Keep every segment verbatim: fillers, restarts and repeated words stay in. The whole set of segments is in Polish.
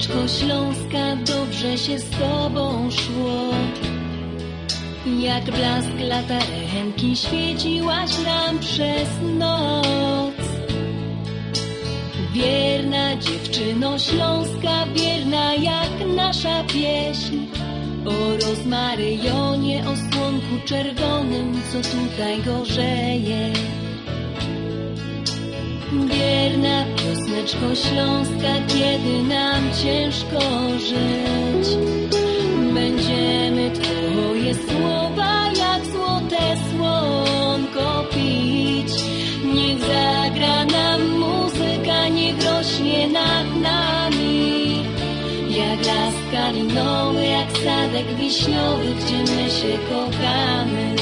Piosneczko śląska, dobrze się z tobą szło. Jak blask latarenki świeciłaś nam przez noc. Wierna dziewczyno śląska, wierna jak nasza pieśń. O rozmaryjonie, o słonku czerwonym, co tutaj gorzeje. Wierna piosneczko śląska, kiedy nam ciężko żyć, będziemy twoje słowa jak złote słonko pić. Niech zagra nam muzyka, niech rośnie nad nami jak las kalinowy, jak sadek wiśniowy, gdzie my się kochamy.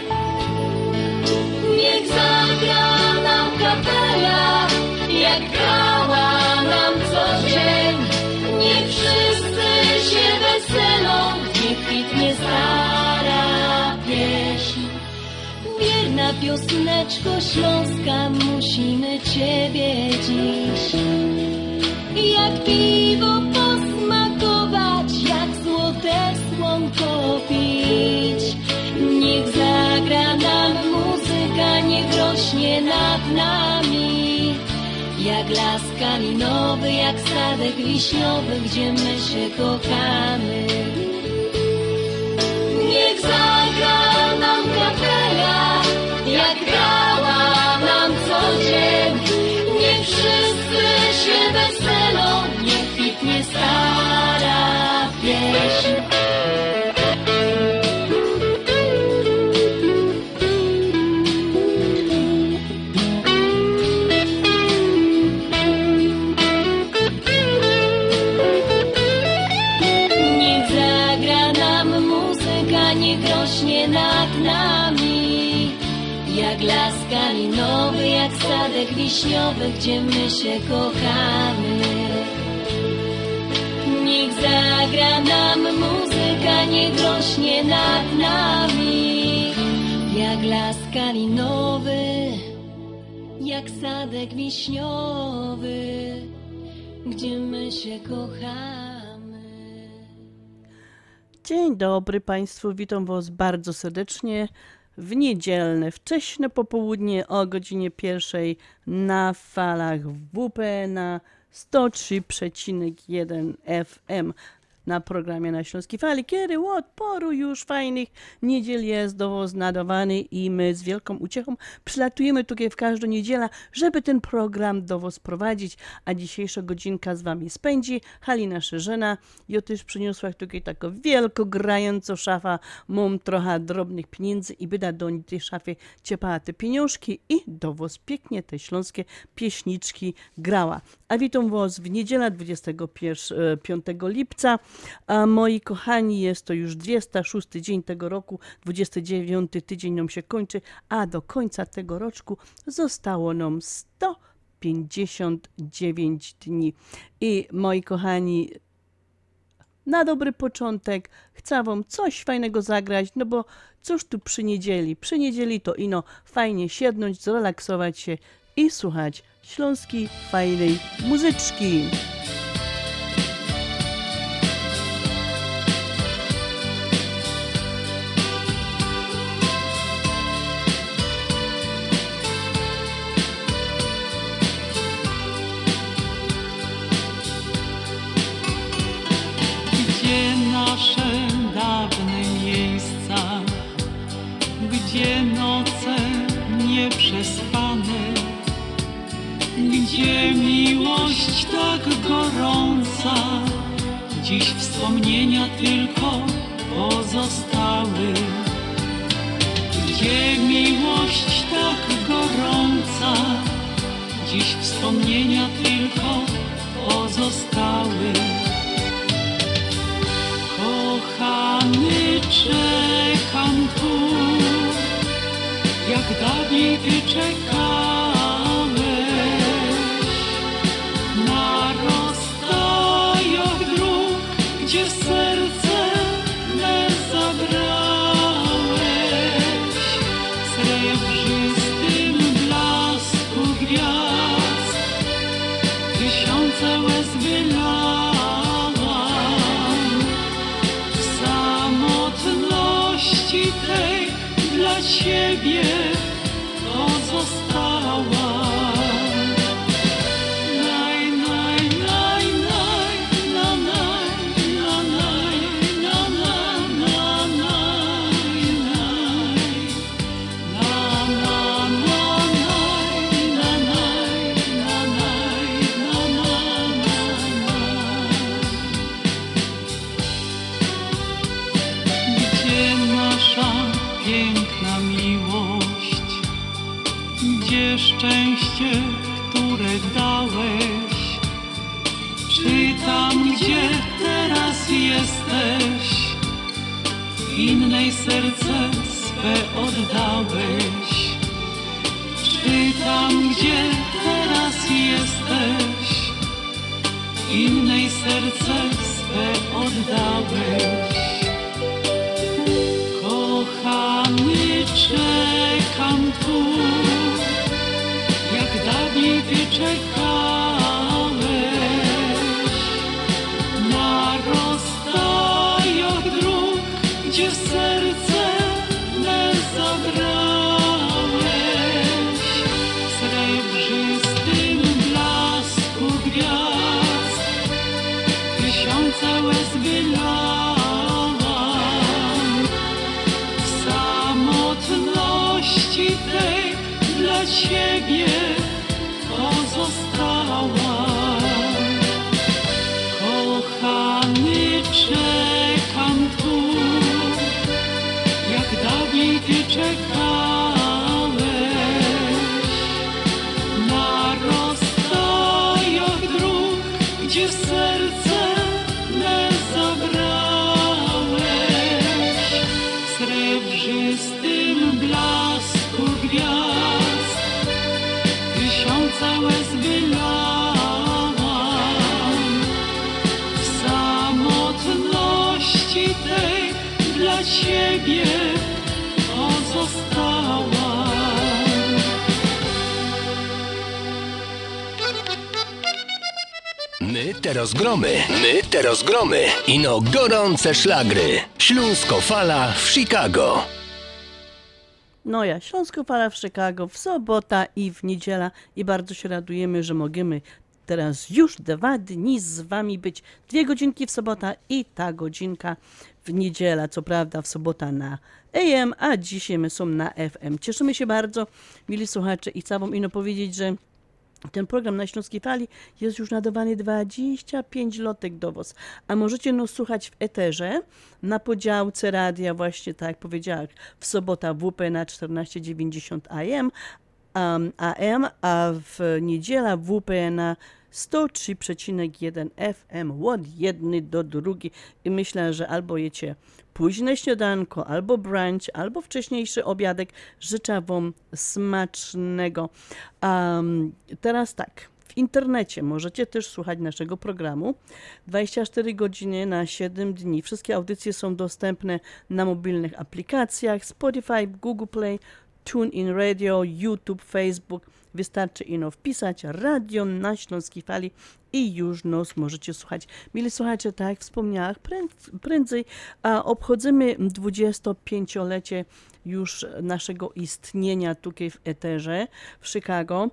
Niech zagra nam kapela, jak grała nam co dzień. Niech wszyscy się weselą, niech kwitnie stara pieśń. Wierna piosneczko śląska, musimy ciebie dziś jak piwo posmakować, jak złote słonko pić. Niech zagra nam muzyka, niech rośnie nad nami jak las kalinowy, jak sadek wiśniowy, gdzie my się kochamy. Niech zagra nam kapela, jak grała nam co dzień. Niech wszyscy się weselą, niech kwitnie stara pieśń. Niech zagra nam muzyka, niech rośnie nad nami jak las kalinowy, jak sadek wiśniowy, gdzie my się kochamy. Niech zagra nam muzyka, niech rośnie nad nami jak las kalinowy, jak sadek wiśniowy, gdzie my się kochamy. Dzień dobry Państwu, witam Was bardzo serdecznie w niedzielne, wcześne popołudnie o godzinie pierwszej na falach W P na sto trzy przecinek jeden F M na programie na Śląskiej Fali, kiedy od poru już fajnych niedziel jest do Was nadawany i my z wielką uciechą przylatujemy tutaj w każdą niedzielę, żeby ten program do Was prowadzić, a dzisiejsza godzinka z Wami spędzi Halina Szerzena. Ja też przyniosła tutaj taką wielką grającą szafa, mam trochę drobnych pieniędzy i byda do tej szafy ciepała te pieniążki i do Was pięknie te śląskie pieśniczki grała. A witam Was w niedzielę dwudziestego piątego lipca. A moi kochani, jest to już dwudziesty szósty dzień tego roku, dwudziesty dziewiąty tydzień nam się kończy, a do końca tego roczku zostało nam sto pięćdziesiąt dziewięć dni. I moi kochani, na dobry początek chcę Wam coś fajnego zagrać, no bo cóż tu przy niedzieli? Przy niedzieli to ino fajnie siednąć, zrelaksować się i słuchać śląskiej fajnej muzyczki. Nasze dawne miejsca, gdzie noce nieprzespane, gdzie miłość tak gorąca, dziś wspomnienia tylko pozostały. Gdzie miłość tak gorąca, dziś wspomnienia tylko pozostały. Kochany, czekam tu, jak dawniej Ty czekałeś, na rozstajach dróg, gdzie serce me zabrałeś. W srebrzystym blasku gwiazd tysiące łez wylałeś. siebie pozostała. Naj, naj, naj, naj, na, naj, na, naj, na, na, na, naj, naj. Na, na, na, naj, na, naj, na, naj, na, na, na, naj. Gdzie nasza piękna miłość? Gdzie szczęście, które dałeś? Czy tam, gdzie teraz jesteś, innej serce swe oddałeś? Czy tam, gdzie teraz jesteś, innej serce swe oddałeś? Kochany, czekam tu, jak dawniej ty czekałeś, na rozstajach dróg, gdzie serce me zabrałeś. W srebrzystym blasku gwiazd tysiące łez wylałam. W samotności tej dla ciebie pozostała. Kochany, czekam tu, jak dawniej ty czekałeś, na rozstajach dróg, gdzie serce me zabrałeś. W srebrzystym blasku gwiazd tysiące łez wylałam. W samotności tej dla ciebie pozostała. My te rozgromy, my te rozgromy. Ino gorące szlagry. Śląsko Fala w Chicago. No ja, Śląsko Fala w Chicago w sobota i w niedziela i bardzo się radujemy, że możemy teraz już dwa dni z wami być. Dwie godzinki w sobota i ta godzinka w niedziela, co prawda w sobota na A M, a dzisiaj my są na F M. Cieszymy się bardzo, mili słuchacze, i chcę wam ino powiedzieć, że ten program na Śląskiej Fali jest już nadawany dwadzieścia pięć lotek do was, a możecie nas słuchać w eterze na podziałce radia, właśnie tak jak powiedziałam, w sobota W P na czternaście dziewięćdziesiąt A M, um, A M, a w niedziela W P na sto trzy przecinek jeden F M od jednej do drugiej i myślę, że albo jecie późne śniadanko, albo brunch, albo wcześniejszy obiadek. Życzę wam smacznego. Um, teraz tak, w internecie możecie też słuchać naszego programu dwadzieścia cztery godziny na siedem dni. Wszystkie audycje są dostępne na mobilnych aplikacjach Spotify, Google Play, TuneIn Radio, YouTube, Facebook. Wystarczy ino wpisać radio na Śląskiej Fali i już nos możecie słuchać. Mili słuchacze, tak jak wspomniałam, prędzej a obchodzimy dwudziestopięciolecie już naszego istnienia tutaj w eterze w Chicago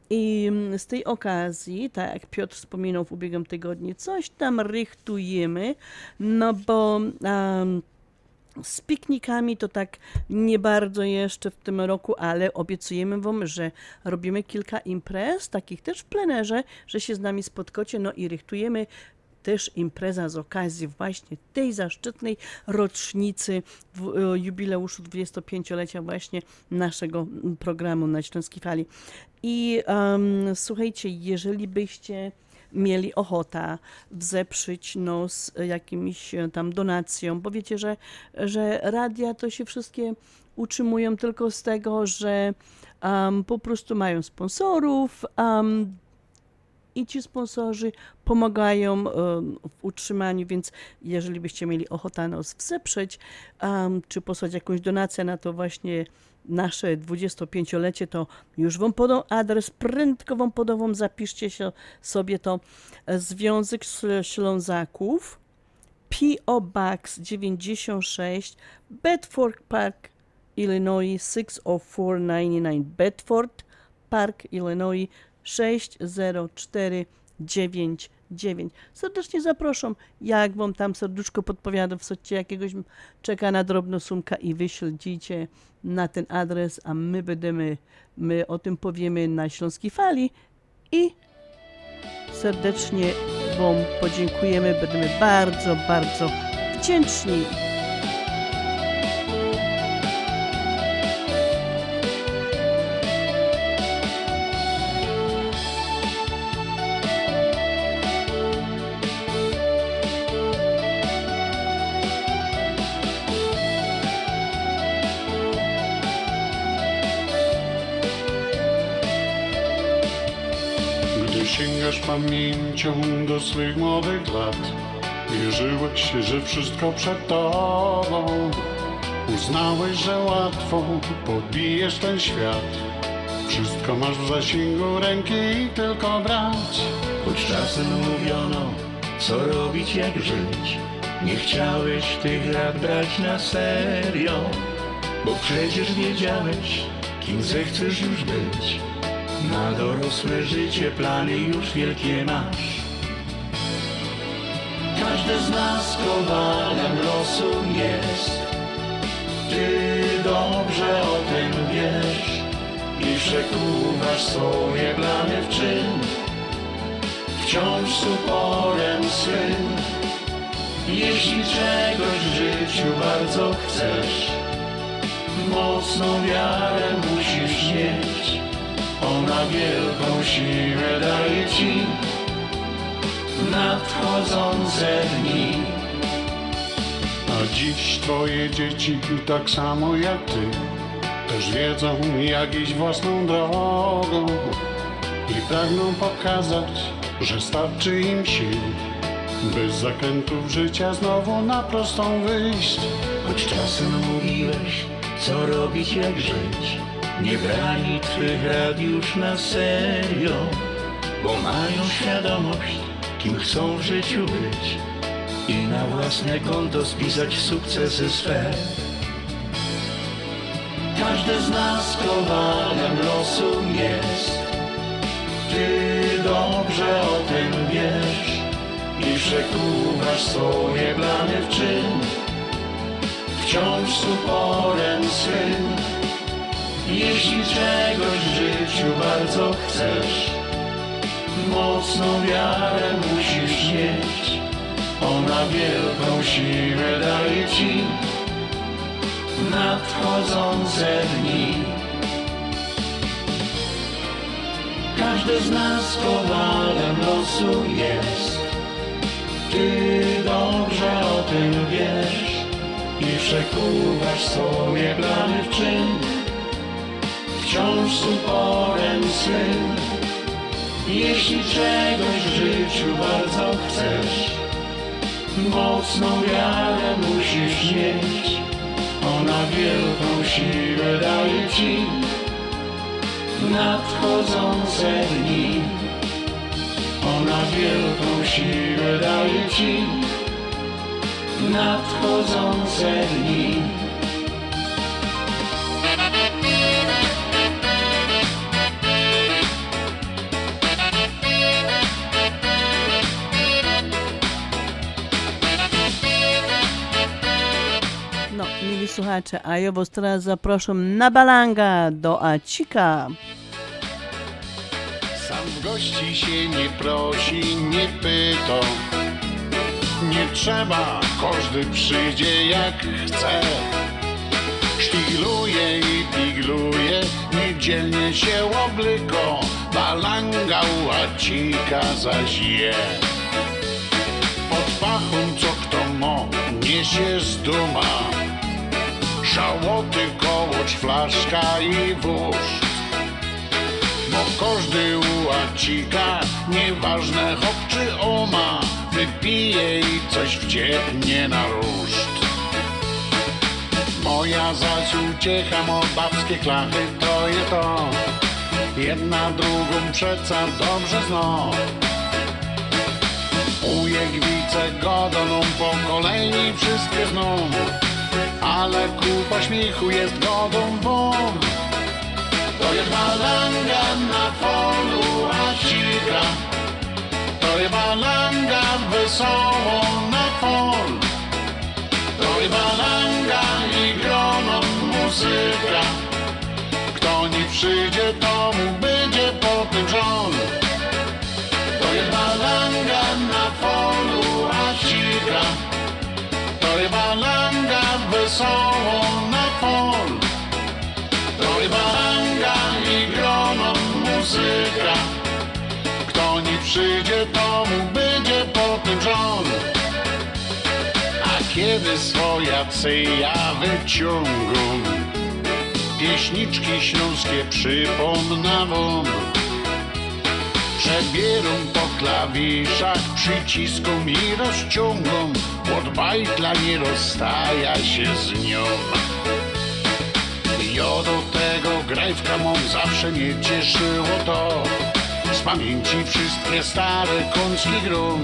i z tej okazji, tak jak Piotr wspominał w ubiegłym tygodniu, coś tam rychtujemy, no bo um, z piknikami to tak nie bardzo jeszcze w tym roku, ale obiecujemy wam, że robimy kilka imprez, takich też w plenerze, że się z nami spotkacie, no i rychtujemy też impreza z okazji właśnie tej zaszczytnej rocznicy w, jubileuszu dwudziestopięciolecia właśnie naszego programu na Śląskiej Fali. I um, słuchajcie, jeżeli byście mieli ochotę wzeprzeć nos jakimś tam donacją, bo wiecie, że, że radia to się wszystkie utrzymują tylko z tego, że um, po prostu mają sponsorów, um, i ci sponsorzy pomagają um, w utrzymaniu, więc jeżeli byście mieli ochotę nas wesprzeć, um, czy posłać jakąś donację na to właśnie nasze dwudziestopięciolecie, to już wam podam adres, prędko wam podam, zapiszcie się sobie to. Związek Ślązaków, P O Box dziewięćdziesiąt sześć, Bedford Park, Illinois six oh four ninety-nine, Bedford Park, Illinois sześć zero cztery dziewięć dziewięć. Serdecznie zapraszam, jak wam tam serduszko podpowiada, wsadźcie jakiegoś czeka na drobnosumka i wyślijcie na ten adres, a my będziemy, my o tym powiemy na Śląskiej Fali i serdecznie wam podziękujemy, będziemy bardzo, bardzo wdzięczni. Sięgasz pamięcią do swych młodych lat. Wierzyłeś, że wszystko przed tobą. Uznałeś, że łatwo podbijesz ten świat. Wszystko masz w zasięgu ręki i tylko brać. Choć czasem mówiono, co robić, jak żyć, nie chciałeś tych rad brać na serio, bo przecież wiedziałeś, kim zechcesz już być. Na dorosłe życie plany już wielkie masz. Każdy z nas kowalem losu jest. Ty dobrze o tym wiesz i przekuwasz swoje plany w czyn. Wciąż z uporem swym. Jeśli czegoś w życiu bardzo chcesz, mocną wiarę musisz mieć. Ona wielką siłę daje ci nadchodzące dni. A dziś twoje dzieci, tak samo jak ty, też wiedzą, jak iść własną drogą i pragną pokazać, że starczy im sił, bez zakrętów życia znowu na prostą wyjść. Choć czasem mówiłeś, co robić, jak żyć, nie brali twych rad już na serio, bo mają świadomość, kim chcą w życiu być i na własne konto spisać sukcesy swe. Każdy z nas kowalem losu jest. Ty dobrze o tym wiesz i przekuwasz swoje plany w czyn. Wciąż z uporem swym. Jeśli czegoś w życiu bardzo chcesz, mocną wiarę musisz mieć. Ona wielką siłę daje ci nadchodzące dni. Każdy z nas kowalem losu jest. Ty dobrze o tym wiesz i przekuwasz swoje plany w czyn. Wciąż z uporem swym. Jeśli czegoś w życiu bardzo chcesz, mocną wiarę musisz mieć. Ona wielką siłę daje ci nadchodzące dni. Ona wielką siłę daje ci nadchodzące dni. No, mili słuchacze, a ja was teraz zapraszam na balanga do Acika. Sam gości się nie prosi, nie pyta. Nie trzeba, każdy przyjdzie jak chce. Szpigluje i pigluje, niedzielnie się oblyko. Balanga u Acika zaś je. Pod pachą co kto mo, niesie z duma. Szałoty, kołocz, flaszka i wóz. Bo każdy u Acika, nieważne hop czy oma, wypije i coś wciepnie na ruszt. Moja zaś uciecha, mo babskie klachy, to je to. Jedna drugą przeca dobrze zna. Ujek wice godoną po kolei wszystkie zną. ale kupa śmiechu jest godą won. To jest balanga na folu, a ściga. To jest balanga wesoło na fol. To jest balanga i grono muzyka. Kto nie przyjdzie, to mu będzie potem żon. To jest balanga na folu, a ściga. To jest balanga wesoło na fol. To jest balanga i grono muzyka. Kto nie przyjdzie, to mu będzie potem żon. A kiedy swojacy ja wyciągą, pieśniczki śląskie przypomnę wam. Przebierą po klawiszach, przyciską i rozciągą. Od bajtla nie rozstaja się z nią. Ja do tego grajwka mą zawsze mnie cieszyło to. Z pamięci wszystkie stare kącki grom.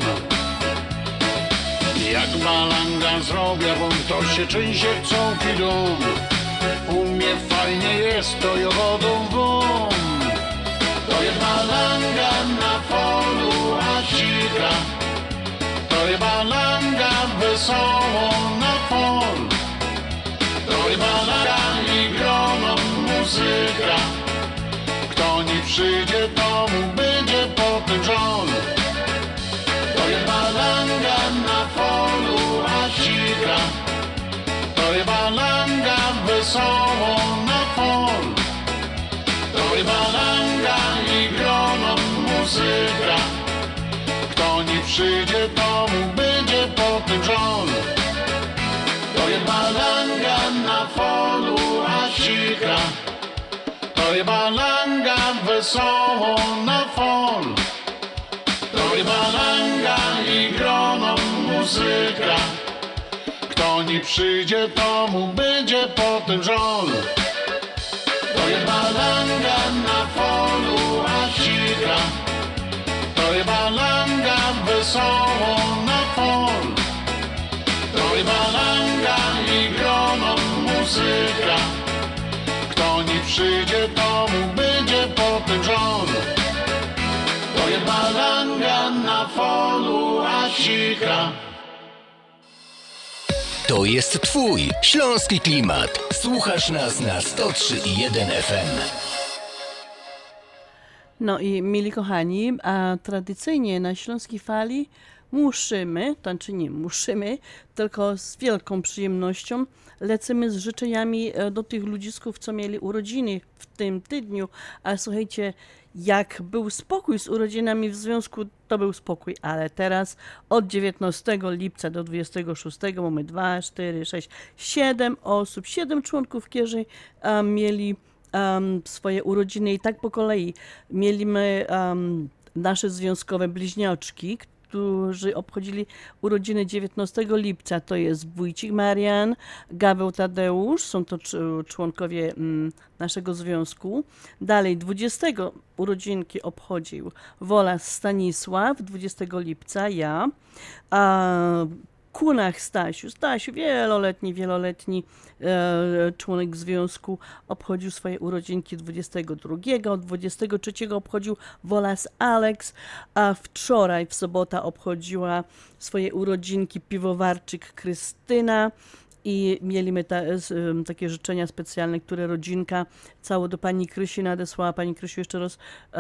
Jak balanga zrobię wam, to się częściej całki dom. U mnie fajnie jest, to jogodą wam. To jest balanga na folu, a ściga. To jest balanga wesoło na fol. To jest balanga i grono muzyka. Kto nie przyjdzie, to mu będzie potem żon. To jest balanga na folu, a ściga. To jest balanga wesoło na fol. To jest balanga i grono muzyka. Kto nie przyjdzie, to mu będzie potem żon. To jest balanga na folu, a ściga. To jest balanga wesoło na fol. To jest balanga i grono muzyka. Kto nie przyjdzie, to mu będzie potem żon. To jest balanga na folu, a ściga. To jest balanga wesoło na fol. To jest balanga i grono muzyka. Kto nie przyjdzie, to mu będzie potem żon. To jest balanga na folu, a ściga. To jest twój śląski klimat. Słuchasz nas na sto trzy i jeden F M. No i mili kochani, a tradycyjnie na Śląskiej Fali muszymy, to znaczy nie muszymy, tylko z wielką przyjemnością lecimy z życzeniami do tych ludzisków, co mieli urodziny w tym tygodniu. A słuchajcie, jak był spokój z urodzinami w związku, to był spokój, ale teraz od dziewiętnastego lipca do dwudziestego szóstego mamy dwa, cztery, sześć, siedem osób, siedem członków Kierzy um, mieli um, swoje urodziny i tak po kolei. Mieliśmy um, nasze związkowe bliźniaczki, którzy obchodzili urodziny dziewiętnastego lipca, to jest wujcik Marian, Gaweł Tadeusz, są to członkowie naszego związku. Dalej dwudziestego urodzinki obchodził Wolas Stanisław, dwudziestego lipca ja, a Kunach Stasiu, Stasiu wieloletni, wieloletni e, członek związku, obchodził swoje urodzinki dwudziestego drugiego, dwudziestego trzeciego obchodził Wolas Alex, a wczoraj w sobotę obchodziła swoje urodzinki piwowarczyk Krystyna. I mieliśmy ta, takie życzenia specjalne, które rodzinka cało do pani Krysi nadesłała. Pani Krysiu, jeszcze raz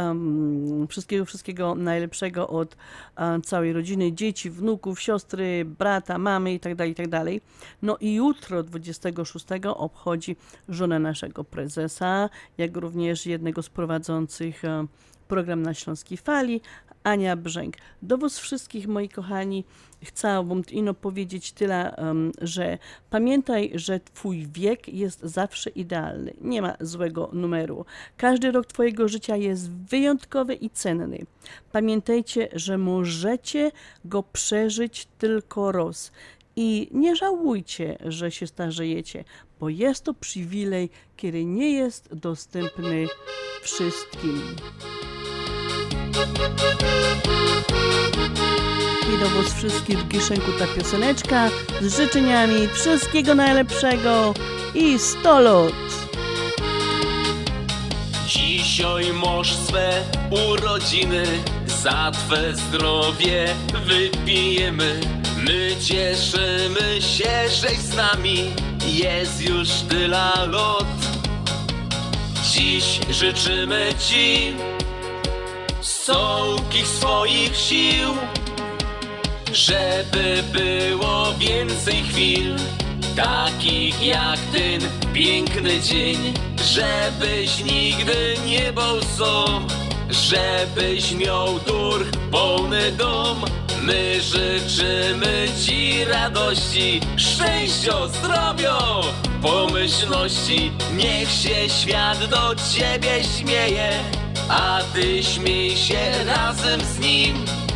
um, wszystkiego, wszystkiego najlepszego od um, całej rodziny, dzieci, wnuków, siostry, brata, mamy itd., itd. No i jutro, dwudziestego szóstego, obchodzi żonę naszego prezesa, jak również jednego z prowadzących um, program na Śląskiej Fali, Ania Brzęk. Do was wszystkich, moi kochani, chciałabym ino powiedzieć tyle, um, że pamiętaj, że twój wiek jest zawsze idealny. Nie ma złego numeru. Każdy rok twojego życia jest wyjątkowy i cenny. Pamiętajcie, że możecie go przeżyć tylko raz. I nie żałujcie, że się starzejecie, bo jest to przywilej, który nie jest dostępny wszystkim. I do was wszystkich w Giszenku ta pioseneczka z życzeniami wszystkiego najlepszego i sto lat. Dzisiaj masz swe urodziny, za twe zdrowie wypijemy. My cieszymy się, żeś z nami, jest już tyle lat. Dziś życzymy ci sołkich swoich sił, żeby było więcej chwil takich jak ten piękny dzień, żebyś nigdy nie był sam, żebyś miał durch pełny dom. My życzymy ci radości, szczęścia, zdrowia, pomyślności. Niech się świat do ciebie śmieje, a ty śmiej się razem z nim.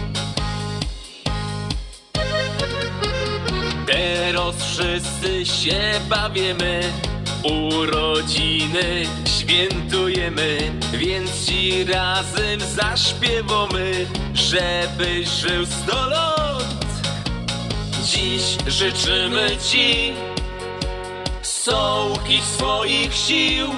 Teraz wszyscy się bawimy, urodziny świętujemy, więc ci razem zaśpiewamy, żebyś żył sto lat. Dziś życzymy ci sołkich swoich sił,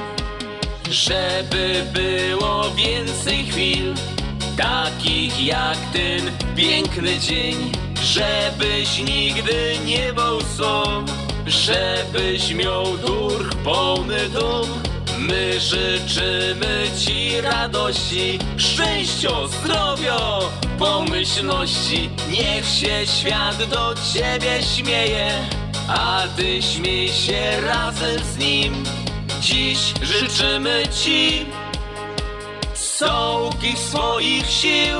żeby było więcej chwil takich jak ten piękny dzień, żebyś nigdy nie był sam, żebyś miał durch pełny dom. My życzymy ci radości, szczęścia, zdrowia, pomyślności. Niech się świat do ciebie śmieje, a ty śmiej się razem z nim. Dziś życzymy ci sołkich swoich sił,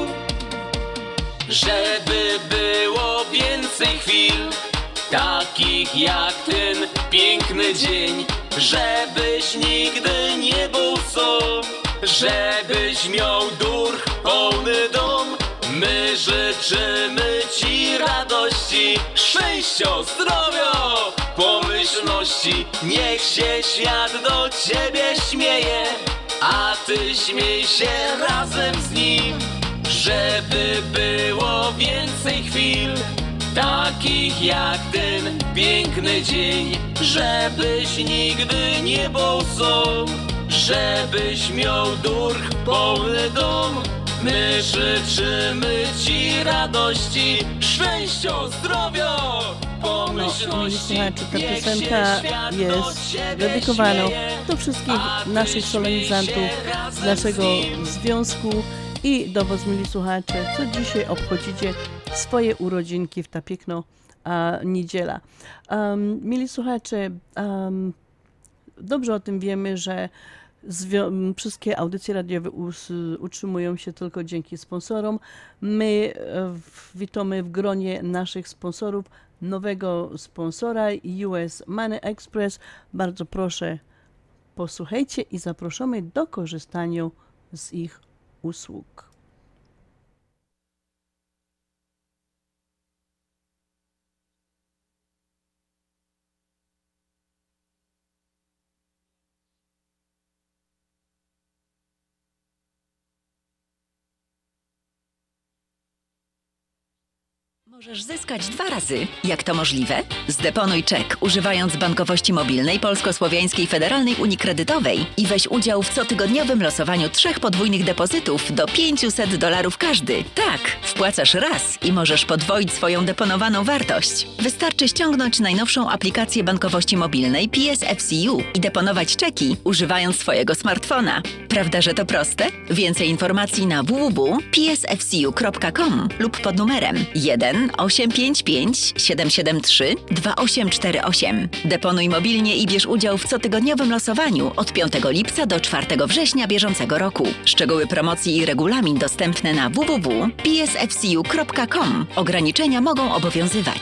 żeby było więcej chwil takich jak ten piękny dzień, żebyś nigdy nie był sam, żebyś miał durch pełny dom. My życzymy ci radości, szczęścia, zdrowia, pomyślności. Niech się świat do ciebie śmieje, a ty śmiej się razem z nim, żeby było więcej chwil takich jak ten piękny dzień, żebyś nigdy nie był sam, żebyś miał durch pełny dom. My życzymy ci radości, szczęścia, zdrowia, pomyślności. No, ta piosenka jest dedykowana do wszystkich naszych solenizantów z naszego związku i do was, mili słuchacze, co dzisiaj obchodzicie swoje urodzinki w ta piękna a, niedziela. Um, mili słuchacze, um, dobrze o tym wiemy, że Zwi- wszystkie audycje radiowe us- utrzymują się tylko dzięki sponsorom. My w, witamy w gronie naszych sponsorów nowego sponsora U S Money Express. Bardzo proszę, posłuchajcie i zapraszamy do korzystania z ich usług. Możesz zyskać dwa razy. Jak to możliwe? Zdeponuj czek, używając bankowości mobilnej Polsko-Słowiańskiej Federalnej Unii Kredytowej i weź udział w cotygodniowym losowaniu trzech podwójnych depozytów do pięćset dolarów każdy. Tak, wpłacasz raz i możesz podwoić swoją deponowaną wartość. Wystarczy ściągnąć najnowszą aplikację bankowości mobilnej P S F C U i deponować czeki, używając swojego smartfona. Prawda, że to proste? Więcej informacji na w w w kropka p s f c u kropka com lub pod numerem jeden osiem pięć pięć siedem siedem trzy dwa osiem cztery osiem. Deponuj mobilnie i bierz udział w cotygodniowym losowaniu od piątego lipca do czwartego września bieżącego roku. Szczegóły promocji i regulamin dostępne na w w w kropka p s f c u kropka com. Ograniczenia mogą obowiązywać.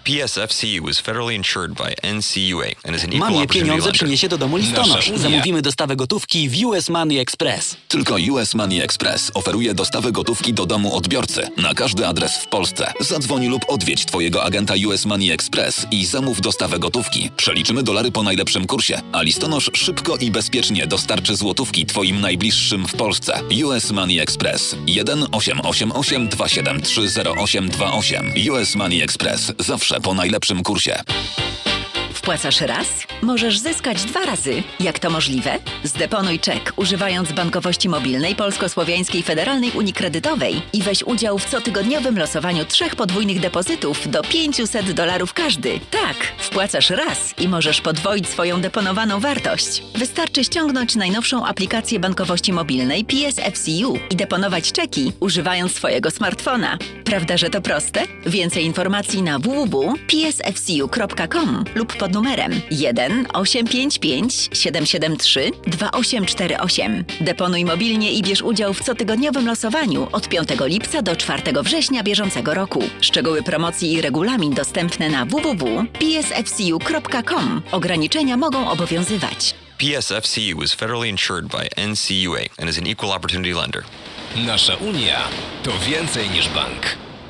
P S F C U is federally insured by N C U A and is an equal Mamie opportunity pieniądze lender. przyniesie do domu listonosz. Nasza Unia. Zamówimy dostawę gotówki w U S Money Express. Tylko U S Money Express oferuje dostawę gotówki do domu odbiorcy na każdy adres w Polsce. Zadzwoń lub odwiedź twojego agenta U S Money Express i zamów dostawę gotówki. Przeliczymy dolary po najlepszym kursie, a listonosz szybko i bezpiecznie dostarczy złotówki twoim najbliższym w Polsce. U S Money Express jeden osiem osiem osiem dwa siedem trzy zero osiem dwa osiem. U S Money Express. Zawsze po najlepszym kursie. Wpłacasz raz? Możesz zyskać dwa razy. Jak to możliwe? Zdeponuj czek, używając bankowości mobilnej Polsko-Słowiańskiej Federalnej Unii Kredytowej i weź udział w cotygodniowym losowaniu trzech podwójnych depozytów do pięćset dolarów każdy. Tak, wpłacasz raz i możesz podwoić swoją deponowaną wartość. Wystarczy ściągnąć najnowszą aplikację bankowości mobilnej P S F C U i deponować czeki, używając swojego smartfona. Prawda, że to proste? Więcej informacji na w w w kropka p s f c u kropka com lub pod numerem jeden osiem pięć pięć siedem siedem trzy dwa osiem cztery osiem. Deponuj mobilnie i bierz udział w cotygodniowym losowaniu od piątego lipca do czwartego września bieżącego roku. Szczegóły promocji i regulamin dostępne na w w w kropka p s f c u kropka com. Ograniczenia mogą obowiązywać. P S F C U is federally insured by N C U A and is an equal opportunity lender. Nasza Unia to więcej niż bank.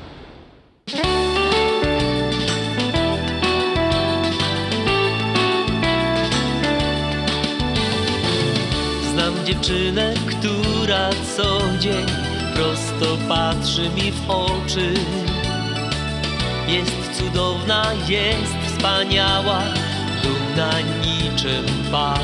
Znam dziewczynę, która co dzień prosto patrzy mi w oczy. Jest cudowna, jest wspaniała, dumna niczym paw.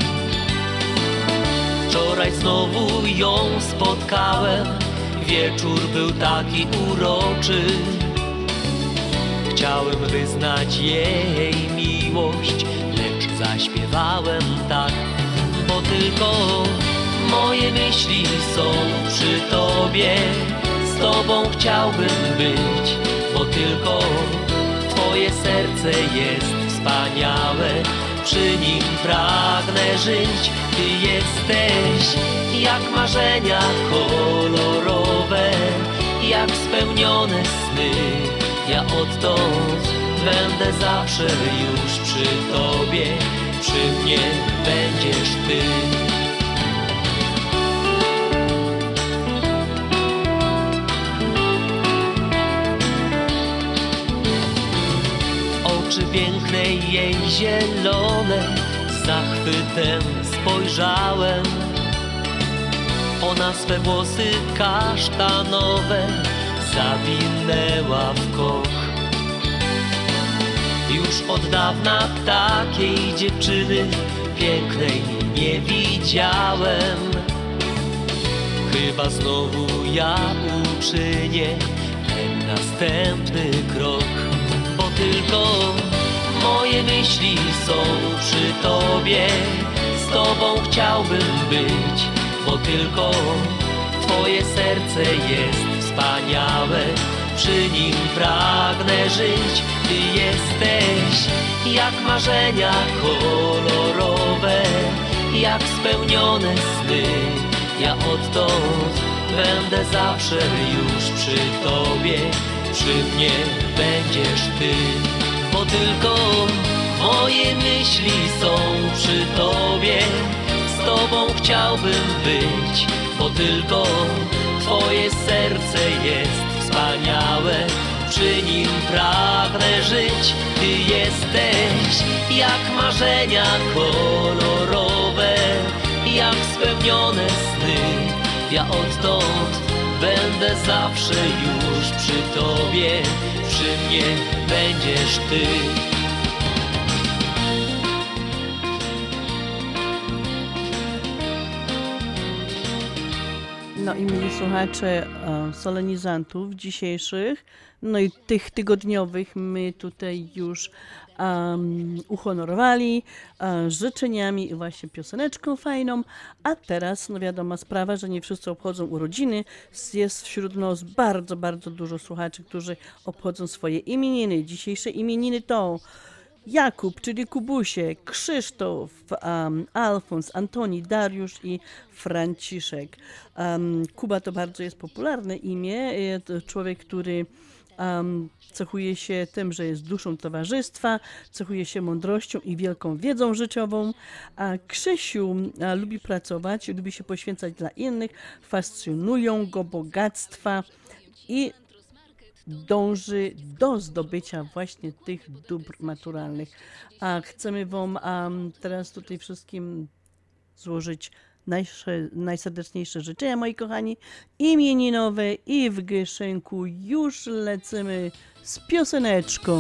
Wczoraj znowu ją spotkałem, wieczór był taki uroczy. Chciałem wyznać jej miłość, lecz zaśpiewałem tak, bo tylko moje myśli są przy Tobie. Z Tobą chciałbym być, bo tylko Twoje serce jest wspaniałe. Przy nim pragnę żyć. Ty jesteś jak marzenia kolorowe, jak spełnione sny. Ja odtąd będę zawsze już przy Tobie. Przy mnie będziesz Ty. Oczy piękne jej zielone, z zachwytem spojrzałem. Ona swe włosy kasztanowe zawinęła w koch. Już od dawna takiej dziewczyny pięknej nie widziałem. Chyba znowu ja uczynię ten następny krok, bo tylko moje myśli są przy Tobie. Z Tobą chciałbym być, bo tylko Twoje serce jest wspaniałe. Przy nim pragnę żyć. Ty jesteś jak marzenia kolorowe, jak spełnione sny. Ja odtąd będę zawsze już przy Tobie. Przy mnie będziesz Ty, bo tylko moje myśli są przy Tobie. Z Tobą chciałbym być, bo tylko Twoje serce jest wspaniałe. Przy nim pragnę żyć. Ty jesteś jak marzenia kolorowe, jak spełnione sny. Ja odtąd będę zawsze już przy Tobie. Przy mnie będziesz Ty. No i mili słuchacze, e, solenizantów dzisiejszych, no i tych tygodniowych my tutaj już um, uhonorowali e, życzeniami i właśnie pioseneczką fajną, a teraz no wiadoma sprawa, że nie wszyscy obchodzą urodziny, jest wśród nas bardzo, bardzo dużo słuchaczy, którzy obchodzą swoje imieniny. Dzisiejsze imieniny to Jakub, czyli Kubusie, Krzysztof, um, Alfons, Antoni, Dariusz i Franciszek. Um, Kuba to bardzo jest popularne imię, to człowiek, który Um, cechuje się tym, że jest duszą towarzystwa, cechuje się mądrością i wielką wiedzą życiową, a Krzysiu a, lubi pracować, lubi się poświęcać dla innych, fascynują go bogactwa i dąży do zdobycia właśnie tych dóbr naturalnych. A chcemy wam um, teraz tutaj wszystkim złożyć najsze, najserdeczniejsze życzenia, moi kochani, imieninowe i w Gyszynku już lecimy z pioseneczką.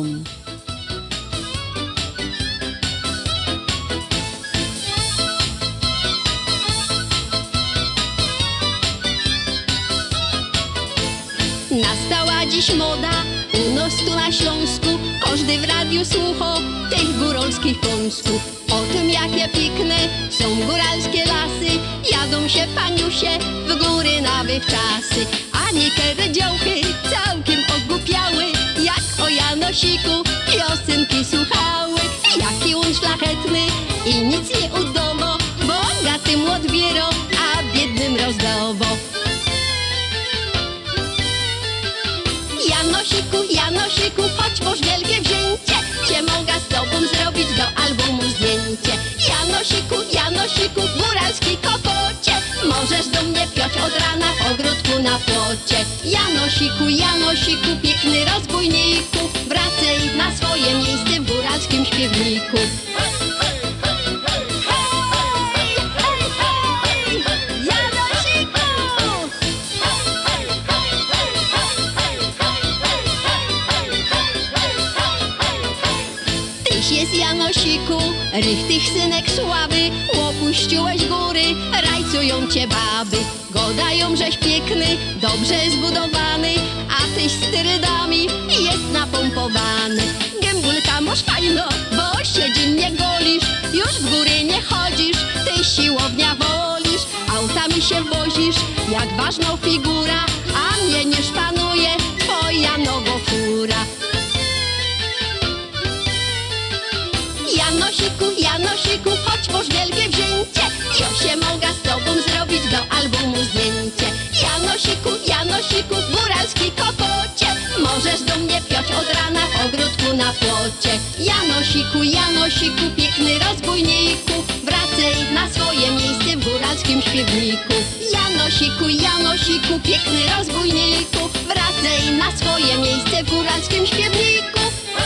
Nastała dziś moda u nas tu na Śląsku, każdy w radiu słucha tych góralskich kąsków. O tym, jakie piękne są góralskie lasy, jadą się paniusie w góry na wywczasy. A niektóre działky całkiem ogłupiały, jak o Janosiku piosenki słuchały. Jaki on szlachetny i nic nie udomo, bogatym odbiero, a biednym rozdawo. Janosiku, Janosiku, choć masz wielkie wzięcie, się mogę z tobą zrobić do albumu zdjęcie. Janosiku, Janosiku, góralski kokocie, możesz do mnie piąć od rana w ogródku na płocie. Janosiku, Janosiku, piękny rozbójniku, wracaj na swoje miejsce w góralskim śpiewniku. Jest Janosiku, rychtych synek słaby, opuściłeś góry, rajcują cię baby. Godają, żeś piękny, dobrze zbudowany, a tyś sterydami jest napompowany. Gębulka masz fajno, bo się dziennie golisz, już w góry nie chodzisz, ty siłownia wolisz. Autami się wozisz, jak ważną figura, a mnie nie szpanuje twoja nowofura. Janosiku, Janosiku, choć masz wielkie wzięcie, ja się mogę z tobą zrobić do albumu zdjęcie. Janosiku, Janosiku, góralski kokocie, możesz do mnie piąć od rana w ogródku na płocie. Janosiku, Janosiku, piękny rozbójniku, wracaj na swoje miejsce w góralskim śpiewniku. Janosiku, Janosiku, piękny rozbójniku, wracaj na swoje miejsce w góralskim śpiewniku.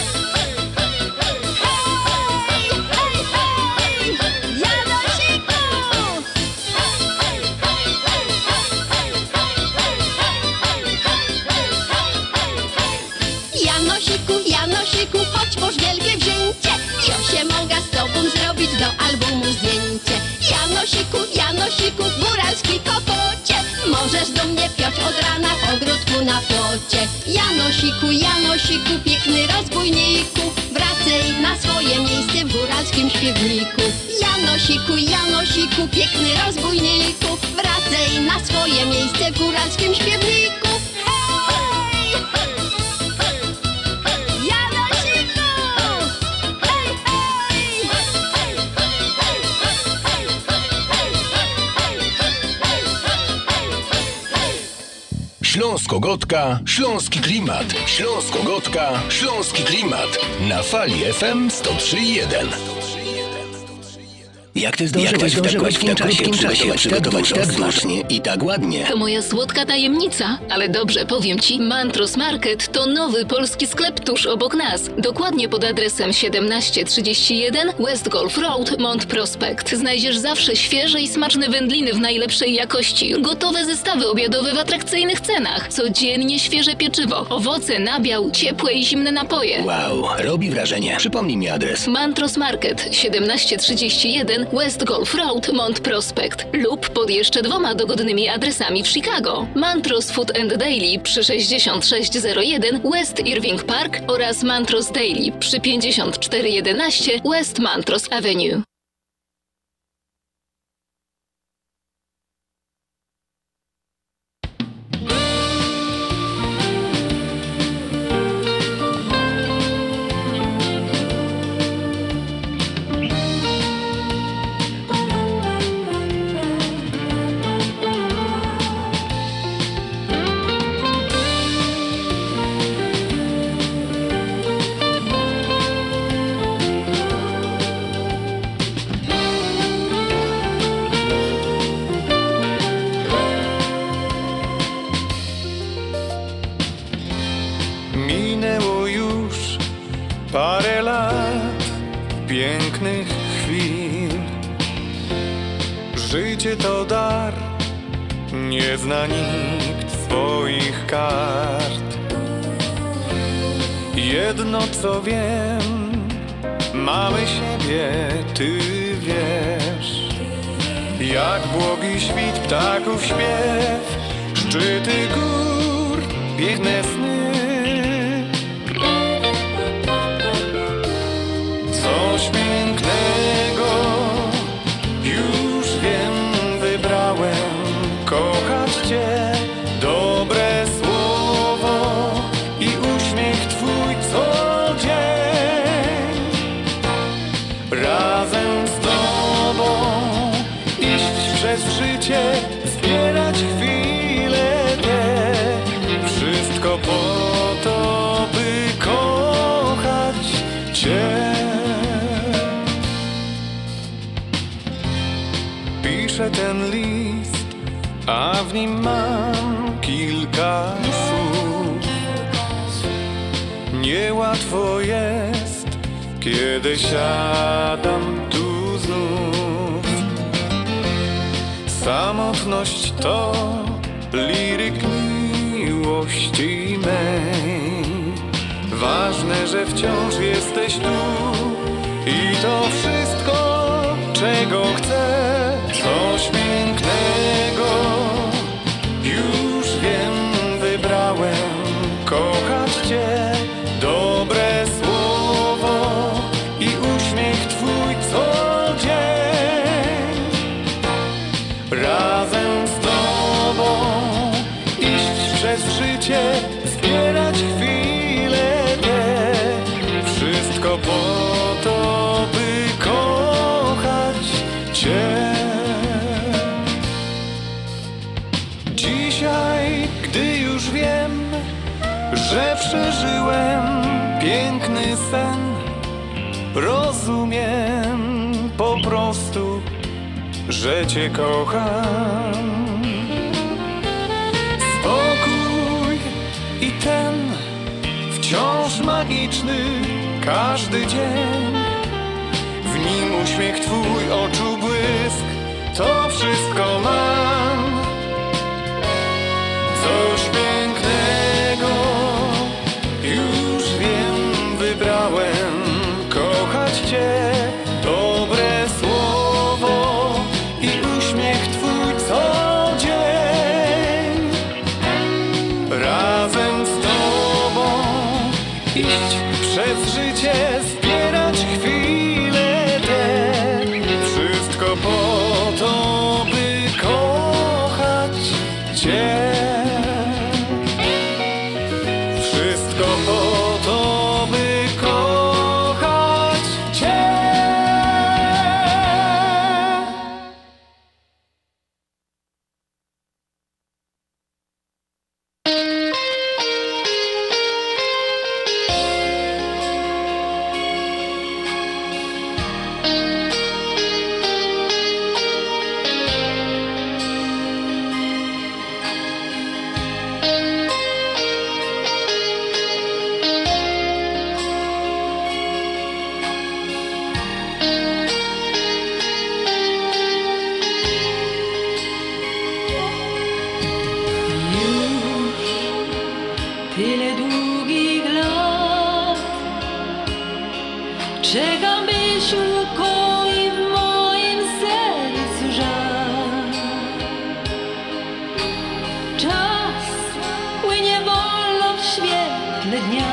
Janosiku, Janosiku, choć masz wielkie wzięcie, ja się mogę z tobą zrobić do albumu zdjęcie. Janosiku, Janosiku, góralski kokocie, możesz do mnie piąć od rana w ogródku na płocie. Janosiku, Janosiku, piękny rozbójniku, wracaj na swoje miejsce w góralskim śpiewniku. Janosiku, Janosiku, piękny rozbójniku, wracaj na swoje miejsce w góralskim śpiewniku. Śląsko-Gotka, śląski klimat. Śląsko-Gotka, śląski klimat. Na fali F M sto trzy i jeden. Jak ty zdążyłaś w tak krótkim czasie przygotować, przygotować tak smacznie i tak ładnie? To moja słodka tajemnica, ale dobrze powiem ci, Mantros Market to nowy polski sklep tuż obok nas. Dokładnie pod adresem siedemnaście trzydzieści jeden West Golf Road, Mont Prospect. Znajdziesz zawsze świeże i smaczne wędliny w najlepszej jakości, gotowe zestawy obiadowe w atrakcyjnych cenach, codziennie świeże pieczywo, owoce, nabiał, ciepłe i zimne napoje. Wow, robi wrażenie. Przypomnij mi adres. Mantros Market, siedemnaście trzydzieści jeden West Golf Road, Mont Prospect lub pod jeszcze dwoma dogodnymi adresami w Chicago. Mantros Food and Daily przy sześćdziesiąt sześć zero jeden West Irving Park oraz Mantros Daily przy pięćdziesiąt cztery jedenaście West Mantros Avenue. pięknych chwil. Życie to dar, nie zna nikt swoich kart. Jedno co wiem, mamy siebie, ty wiesz. Jak błogi świt, ptaków śpiew, szczyty gór, piękne sny. Coś pięknego, już wiem, wybrałem kochać cię. Dobre słowo i uśmiech twój co dzień. Razem z tobą iść przez życie, zbierać chwile te. Wszystko po to, by kochać cię. Piszę ten list, a w nim mam kilka słów. Niełatwo jest, kiedy siadam tu znów. Samotność to liryk miłości mej. Ważne, że wciąż jesteś tu i to wszystko, czego chcę. Coś pięknego, już wiem, wybrałem kochać cię. Dobre słowo i uśmiech twój co dzień. Razem z tobą iść przez życie, zbierać chwile te. Wszystko po to, by kochać cię. Dzisiaj, gdy już wiem, że przeżyłem piękny sen, rozumiem po prostu, że cię kocham. Spokój i ten wciąż magiczny każdy dzień. W nim uśmiech twój, oczu błysk, to wszystko mam. Coś pięknego, już wiem, wybrałem kochać cię. Dobre słowo i uśmiech twój co dzień. Razem z tobą iść przez życie, zbierać chwile te. Wszystko po to, by kochać cię. Wszystko po to, by kochać cię. Tyle długich lat czekam, byś ukoił w moim sercu żal. Czas płynie wolno w świetle dnia,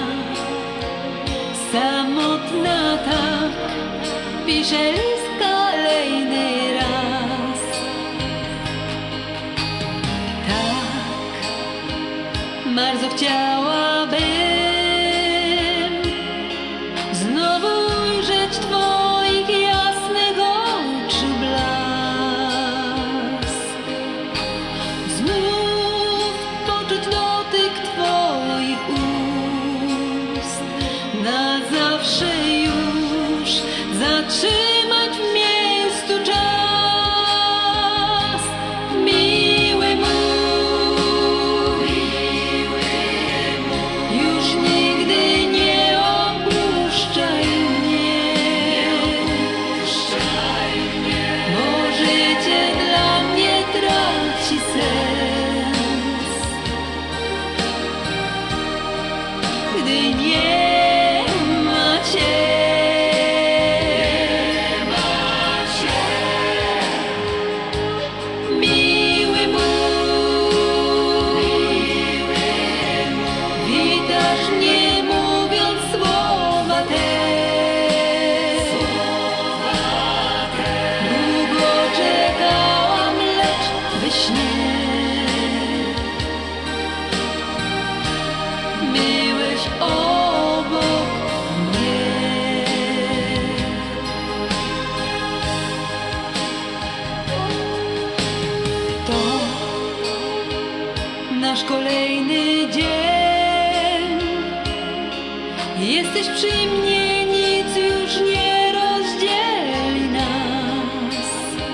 samotna tak pisze list kolejny raz. Tak bardzo chciałabym znowu ujrzeć twoich jasnych oczu blask. Znów poczuć dotyk twoich ust, na zawsze już zatrzymać w miejscu czas. Miły mój, już nigdy nie opuszczaj. i mnie nic już nie rozdzieli nas.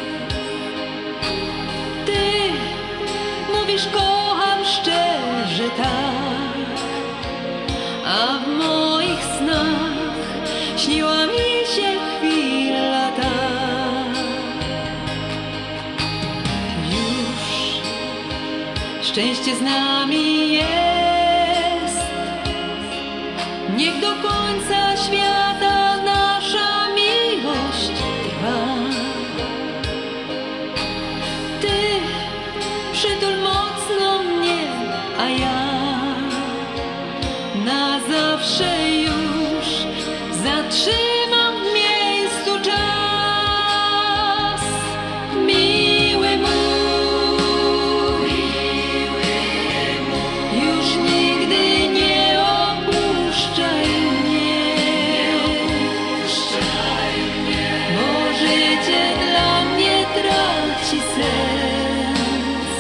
Ty mówisz kocham szczerze tak, a w moich snach śniła mi się chwila ta. Już szczęście z nami jest, niech do końca świata nasza miłość trwa. Ty przytul mocno mnie, a ja na zawsze już zatrzymam w miejscu czas. Miły mój, już nigdy nie opuszczaj mnie, bo życie dla mnie traci sens,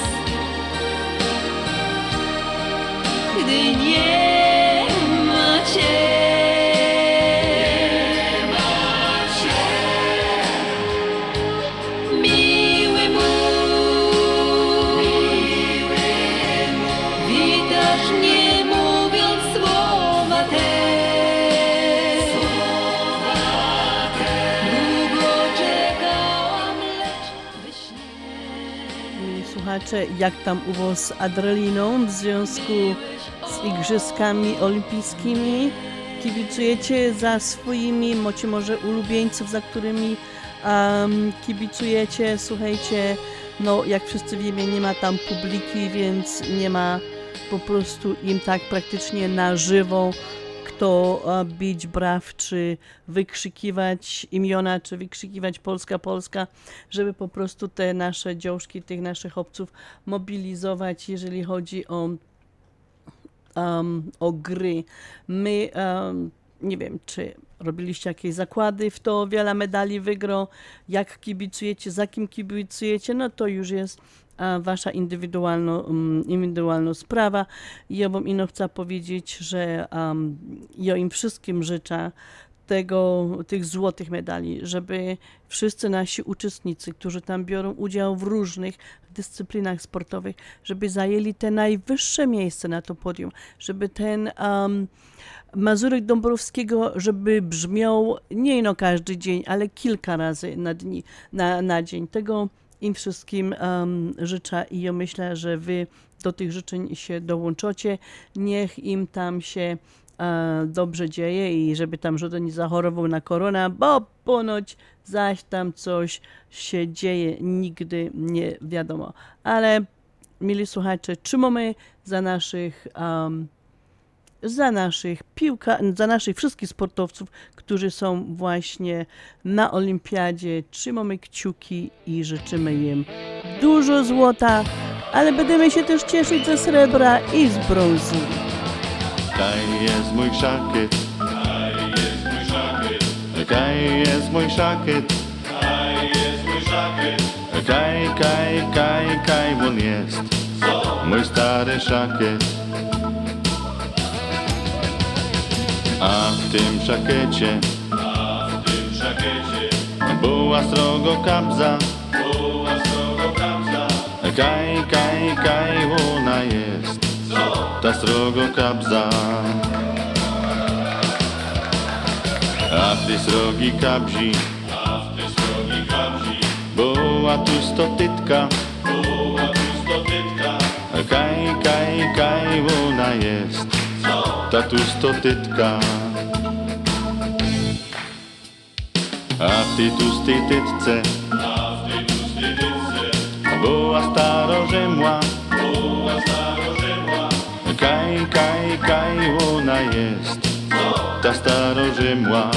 gdy nie ma cię. Miły mój, witasz mnie mówiąc słowa te. Długo czekałam, lecz we śnie. Słuchacze, jak tam u was z adrenaliną w związku z Igrzyskami Olimpijskimi? Kibicujecie za swoimi, macie może ulubieńców, za którymi um, kibicujecie? Słuchajcie, no jak wszyscy wiemy, nie ma tam publiki, więc nie ma po prostu im tak praktycznie na żywo kto uh, bić braw, czy wykrzykiwać imiona, czy wykrzykiwać Polska, Polska, żeby po prostu te nasze dziążki, tych naszych chłopców mobilizować, jeżeli chodzi o Um, o gry. My, um, nie wiem, czy robiliście jakieś zakłady w to, wiele medali wygrał, jak kibicujecie, za kim kibicujecie, no to już jest a, wasza indywidualna, um, indywidualna sprawa. Ja wam ino chcę powiedzieć, że um, ja im wszystkim życzę tego, tych złotych medali, żeby wszyscy nasi uczestnicy, którzy tam biorą udział w różnych dyscyplinach sportowych, żeby zajęli te najwyższe miejsce na to podium, żeby ten um, Mazurek Dąbrowskiego, żeby brzmiał nie no każdy dzień, ale kilka razy na, dni, na, na dzień. Tego im wszystkim um, życzę i ja myślę, że wy do tych życzeń się dołączacie. Niech im tam się dobrze dzieje i żeby tam żaden nie zachorował na korona, bo ponoć zaś tam coś się dzieje, nigdy nie wiadomo. Ale, mili słuchacze, trzymamy za naszych um, za naszych piłka, za naszych wszystkich sportowców, którzy są właśnie na olimpiadzie. Trzymamy kciuki i życzymy im dużo złota, ale będziemy się też cieszyć ze srebra i z brązu. Kaj jest mój szakiet, kaj jest mój szakiet, kaj jest mój szakiet, kaj jest mój szakiet, kaj, kaj, kaj, kaj on jest, mój stary szakiet. A w tym szakiecie, a w tym szakiecie, była srogo kabza, była srogo kabza, kaj, kaj, kaj ona jest, ta srogo kabza. A w tej srogi kabzi, a w tej srogi kabzi, była tu stotytka, była tu stotytka, kaj, kaj, kaj ona jest, ta tu stotytka. A w tej tustej tytce, a w tej tustej tytce, była starorzymła, była starorzymła, kaj, kaj, kaj ona jest, ta starorzymła.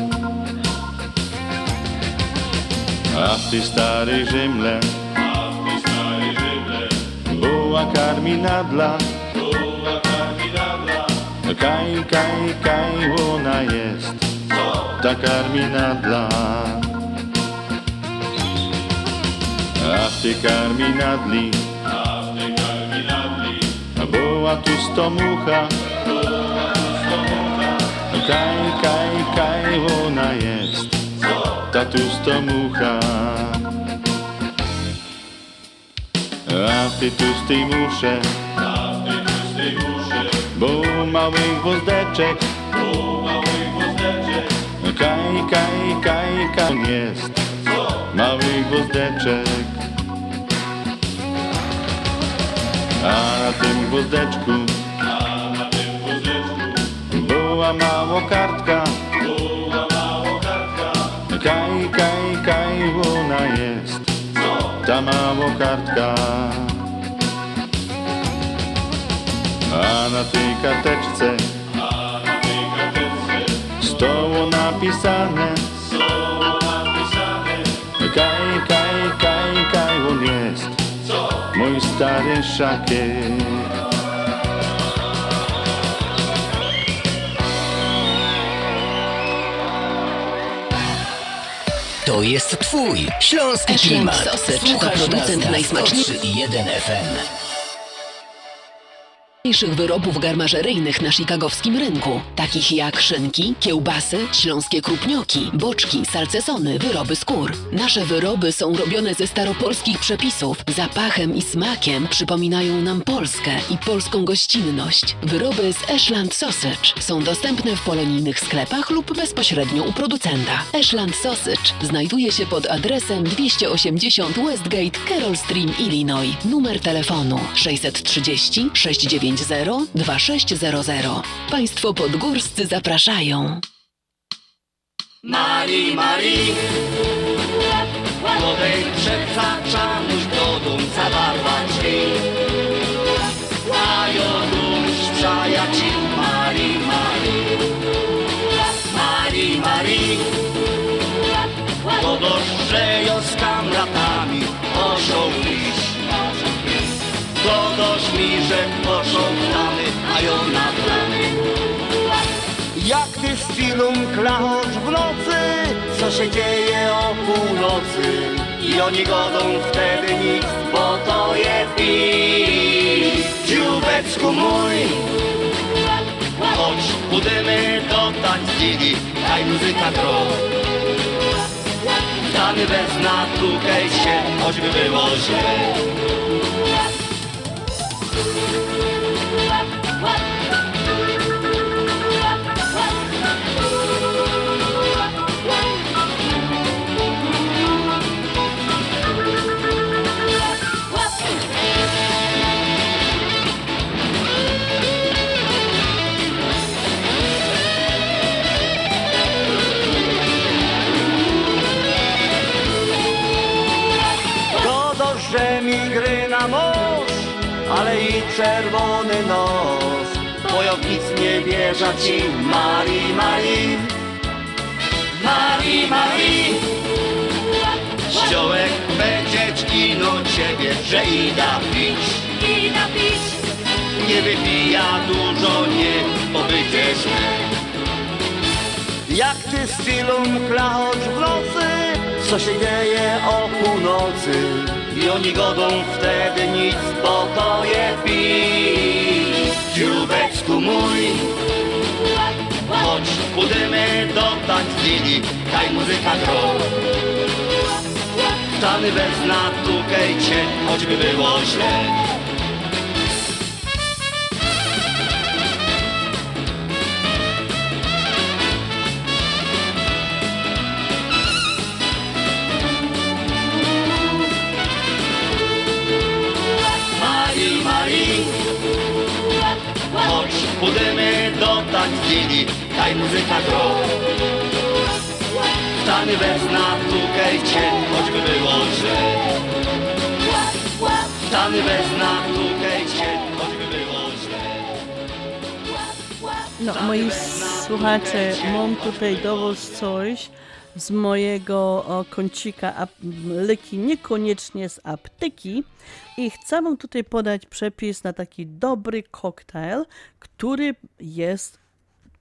A w tej starej Rzymle, a w tej starej Rzymle, była karminadla, była karminadla, kaj, kaj, kaj ona jest, ta karminadla. A w tej karminadli, a w tej karminadli, była tu stomucha, była tu stomucha, Kaj, kaj, kaj, ona jest ta tłustomucha. A w tej tłustej musze, bo małych gwozdeczek, kaj, kaj, kaj, kaj jest mały gwozdeczek. A na tym gwozdeczku była mało kartka. Kaj, kaj, kaj, ona jest ta mało kartka. A na tej karteczce stoło napisane kaj, kaj, kaj, kaj, on jest mój stary szakier. To jest twój śląski Ashland klimat. Sausage to Słuchasz producent nas na najsmaczniejszych sto trzy i jeden F M. wyrobów garmażeryjnych na chicagowskim rynku, takich jak szynki, kiełbasy, śląskie krupnioki, boczki, salcesony, wyroby skór. Nasze wyroby są robione ze staropolskich przepisów. Zapachem i smakiem przypominają nam Polskę i polską gościnność. Wyroby z Ashland Sausage są dostępne w polonijnych sklepach lub bezpośrednio u producenta. Ashland Sausage znajduje się pod adresem dwieście osiemdziesiąt Westgate, Carroll Stream, Illinois. Numer telefonu sześćset trzydzieści sześćset dziewięćdziesiąt dwa sześć zero zero. Państwo podgórscy zapraszają. Marii, Marii, młodej przepraczamuś godąca barwa drzwi. A joduś przyjaciół Marii, Marii, Marii, Marii, godoż, że jo z kamratami poszą iść. Godoż mi, że poszą plany, a ją na plany. Jak ty z filum klachosz w nocy, co się dzieje o północy? I oni godą wtedy nic, bo to je pić. Dziubeczku mój, chodź, budymy do tańcili, daj muzyka gro. Dany bez natukaj się, choćby było źle. Że mi gry na mąż, ale i czerwony nos. Bojownic nie bierze ci Marii, Marii, Marii, Marii. Ściołek będzieczki, no ciebie, że ida pić, ida pić. Nie wypija dużo, nie, bo będziesz jak ty z filum klachosz w nocy, co się dzieje o północy? I oni godą wtedy nic, bo to je pić. Dziubeczku mój, chodź, budymy do tańcili, daj muzyka gro. Stany bez natukejcie, choćby było źle. Chodź, budymy do tańcili, daj muzyka gro. Stany bez natukejcie, choćby było źle. Stany bez natukejcie, choćby było źle. No, moi słuchacze, mam tutaj do was coś z mojego o, kącika ap- leki, niekoniecznie z apteki. I chcę wam tutaj podać przepis na taki dobry koktajl, który jest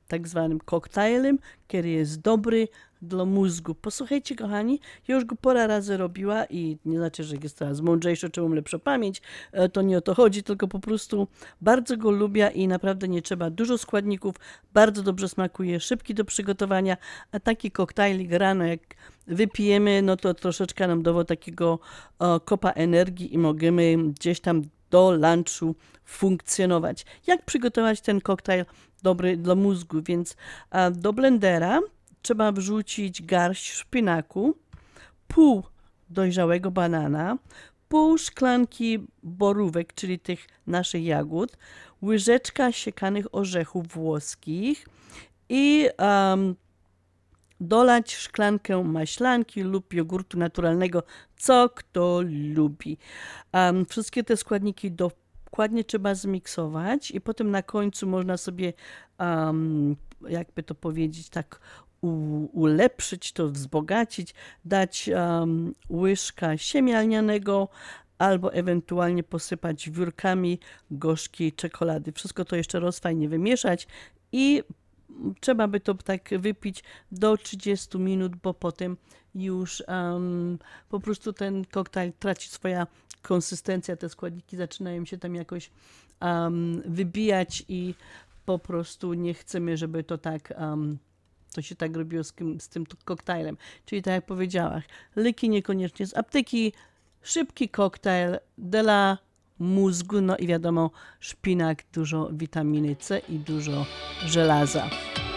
tak zwanym koktajlem, który jest dobry dla mózgu. Posłuchajcie, kochani, ja już go pora razy robiła i nie znaczy, że jest teraz mądrzejszy, czy mam lepszą pamięć, to nie o to chodzi, tylko po prostu bardzo go lubię i naprawdę nie trzeba dużo składników, bardzo dobrze smakuje, szybki do przygotowania, a taki koktajlik rano jak wypijemy, no to troszeczkę nam dało takiego o, kopa energii i możemy gdzieś tam do lunchu funkcjonować. Jak przygotować ten koktajl dobry dla mózgu? Więc a, do blendera trzeba wrzucić garść szpinaku, pół dojrzałego banana, pół szklanki borówek, czyli tych naszych jagód, łyżeczka siekanych orzechów włoskich i um, dolać szklankę maślanki lub jogurtu naturalnego, co kto lubi. Um, wszystkie te składniki dokładnie trzeba zmiksować i potem na końcu można sobie, um, jakby to powiedzieć, tak u, ulepszyć to, wzbogacić, dać um, łyżka siemię lnianego albo ewentualnie posypać wiórkami gorzkiej czekolady. Wszystko to jeszcze raz fajnie wymieszać i trzeba by to tak wypić do trzydziestu minut, bo potem już um, po prostu ten koktajl traci swoja konsystencja, te składniki zaczynają się tam jakoś um, wybijać i po prostu nie chcemy, żeby to tak um, to się tak robiło z, kim, z tym koktajlem. Czyli tak jak powiedziałam, leki niekoniecznie z apteki, szybki koktajl dla mózgu, no i wiadomo, szpinak, dużo witaminy C i dużo żelaza.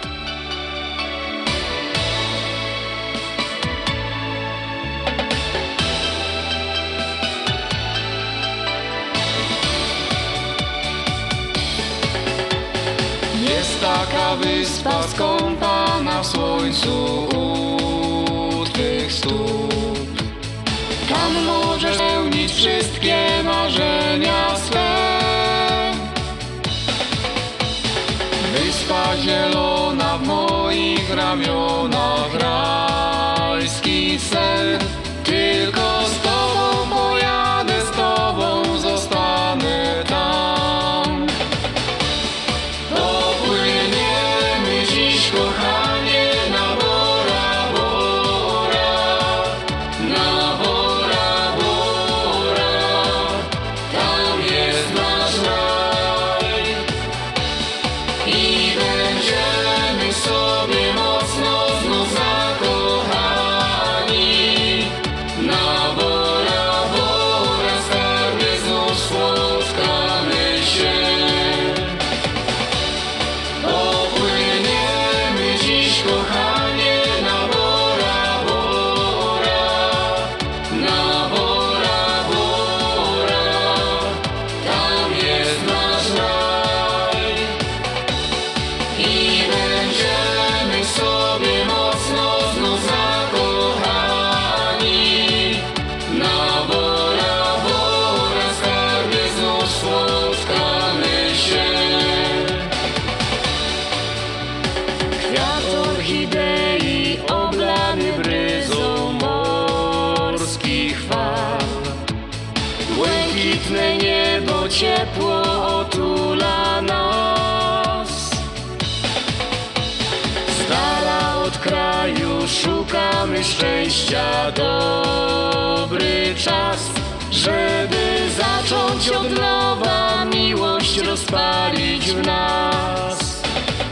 Jest taka wyspa skąpana w słońcu u twych stóp. Tam możesz spełnić wszystkie marzenia swe. Wyspa zielona w moich ramionach, rajski sen. Tylko z tobą pojadę, z tobą zostanę tam. Popłyniemy dziś, kochanie, na Bora Bora, na Bora Bora. Tam jest nasz raj i będziemy sobie mocno znów zakochani. Na Bora Bora, skarbie, znów spotkamy się. Popłyniemy dziś, kochanie, na Bora Bora, na Bora Bora. Tam jest nasz raj i będziemy sobie mocno znów zakochani. Na Bora Bora, skarbie, znów spotkamy się. Kwiat orchidei oblany bryzą morskich fal. Błękitne niebo ciepło otula nas. Z dala od kraju szukamy szczęścia, dobry czas, żeby zacząć od nowa miłość rozpalić w nas.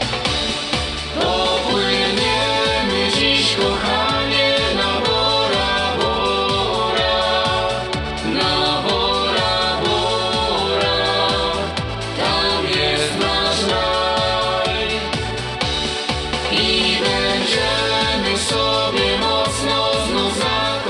Popłyniemy dziś, kochanie, na Bora Bora, na Bora Bora. Tam jest nasz raj i będziemy sobie mocno znów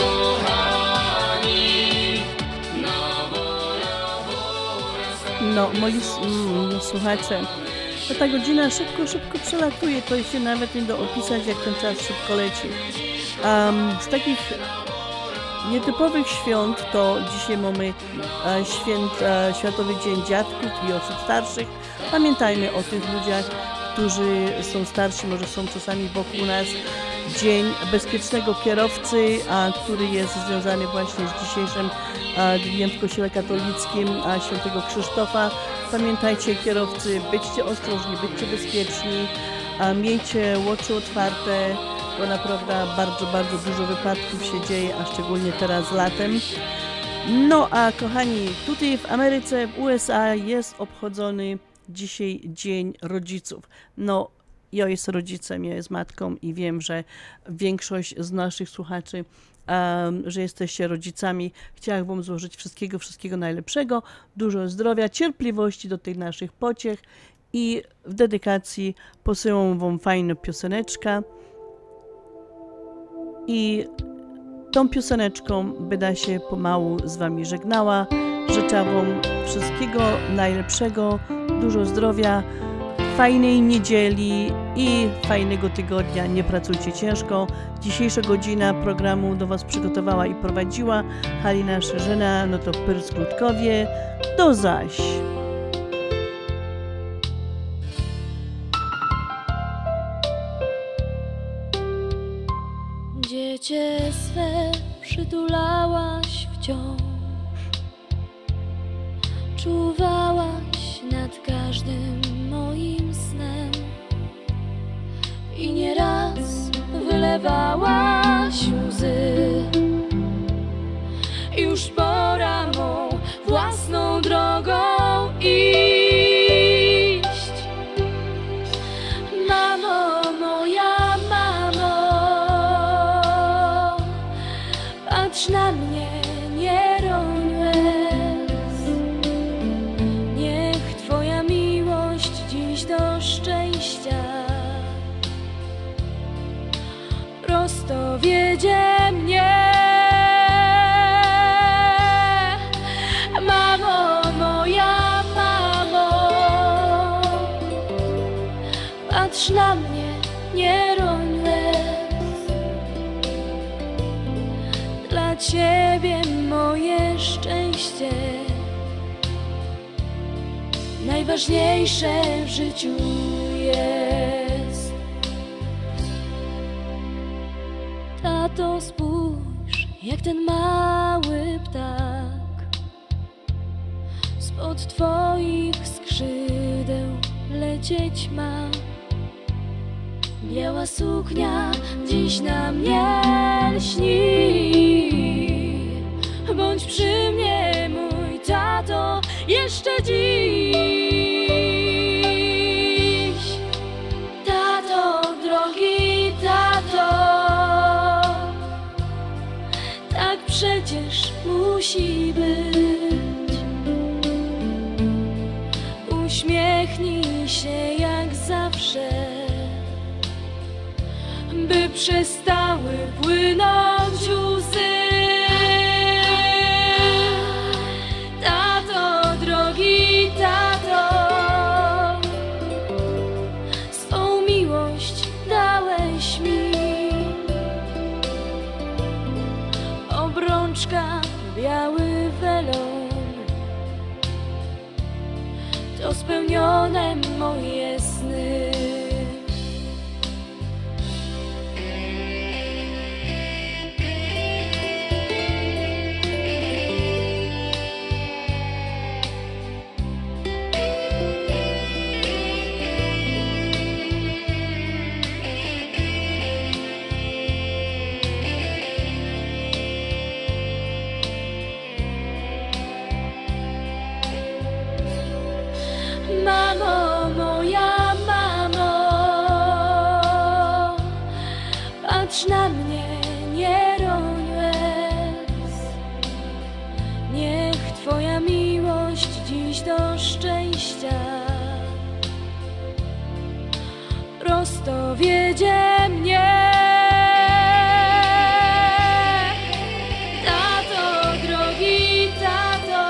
zakochani. Na Bora Bora. No, moi s- mm, słuchacze, to ta godzina szybko, szybko przelatuje, to się nawet nie da opisać, jak ten czas szybko leci. Um, z takich nietypowych świąt to dzisiaj mamy e, święt, e, Światowy Dzień Dziadków i osób starszych. Pamiętajmy o tych ludziach, którzy są starsi, może są czasami wokół nas. Dzień bezpiecznego kierowcy, a, który jest związany właśnie z dzisiejszym a, dniem w Kościele Katolickim a, Świętego Krzysztofa. Pamiętajcie, kierowcy, bądźcie ostrożni, bądźcie bezpieczni. a miejcie oczy otwarte, bo naprawdę bardzo, bardzo dużo wypadków się dzieje, a szczególnie teraz latem. No a kochani, tutaj w Ameryce, w U S A jest obchodzony dzisiaj Dzień Rodziców. No, ja jestem rodzicem, ja jestem matką i wiem, że większość z naszych słuchaczy, um, że jesteście rodzicami. Chciałabym wam złożyć wszystkiego, wszystkiego najlepszego, dużo zdrowia, cierpliwości do tych naszych pociech i w dedykacji posyłam wam fajną pioseneczkę i tą pioseneczką będę się pomału z wami żegnała. Życzę wam wszystkiego najlepszego, dużo zdrowia, fajnej niedzieli i fajnego tygodnia. Nie pracujcie ciężko. Dzisiejsza godzina programu do was przygotowała i prowadziła Halina Szerzyna, no to Pyrskutkowie. Do zaś! Dziecię swe przytulałaś wciąż, czuwałaś nad każdym moim snem i nieraz wylewałaś łzy. Już pora mą własną drogą iść. Mamo, moja mamo, patrz na mnie, nie roń łez. Niech Twoja miłość dziś do szczęścia prosto wiedzie mnie. Mamo, moja mamo, patrz na mnie, nie roń łez. Dla Ciebie moje szczęście najważniejsze w życiu jest. Tato, spójrz, jak ten mały ptak spod Twoich skrzydeł lecieć ma. Biała suknia dziś na mnie lśni. Bądź przy mnie, mój tato, jeszcze dziś. Tato, drogi tato, tak przecież musi być. Uśmiechnij się jak zawsze, by przestały płynąć łzy. Tato, drogi tato, swą miłość dałeś mi. Obrączka, biały welon, to spełnione moje sny. Mamo, moja mamo, patrz na mnie, nie roń łez. Niech Twoja miłość dziś do szczęścia prosto wiedzie mnie. Tato, drogi tato,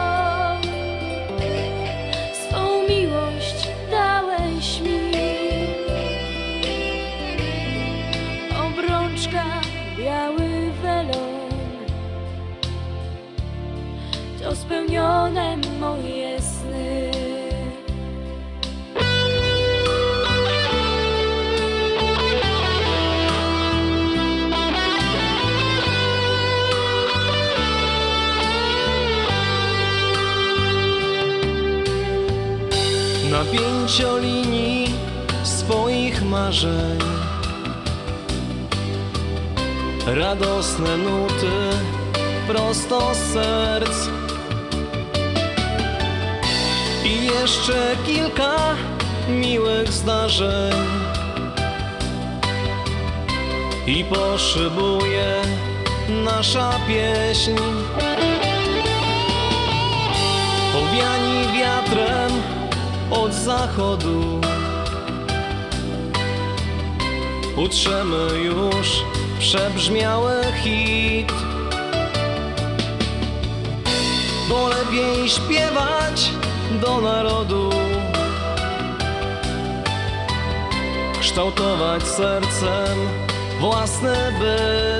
swą miłość dałeś mi. Obrączka, biały welon, to spełnione moje sny. Na pięciolinii z swoich marzeń. Radosne nuty prosto z serc. I jeszcze kilka miłych zdarzeń. I poszybuje nasza pieśń. Owiani wiatrem od zachodu utrzemy już przebrzmiały hit. Bo lepiej śpiewać do narodu, kształtować sercem własny byt.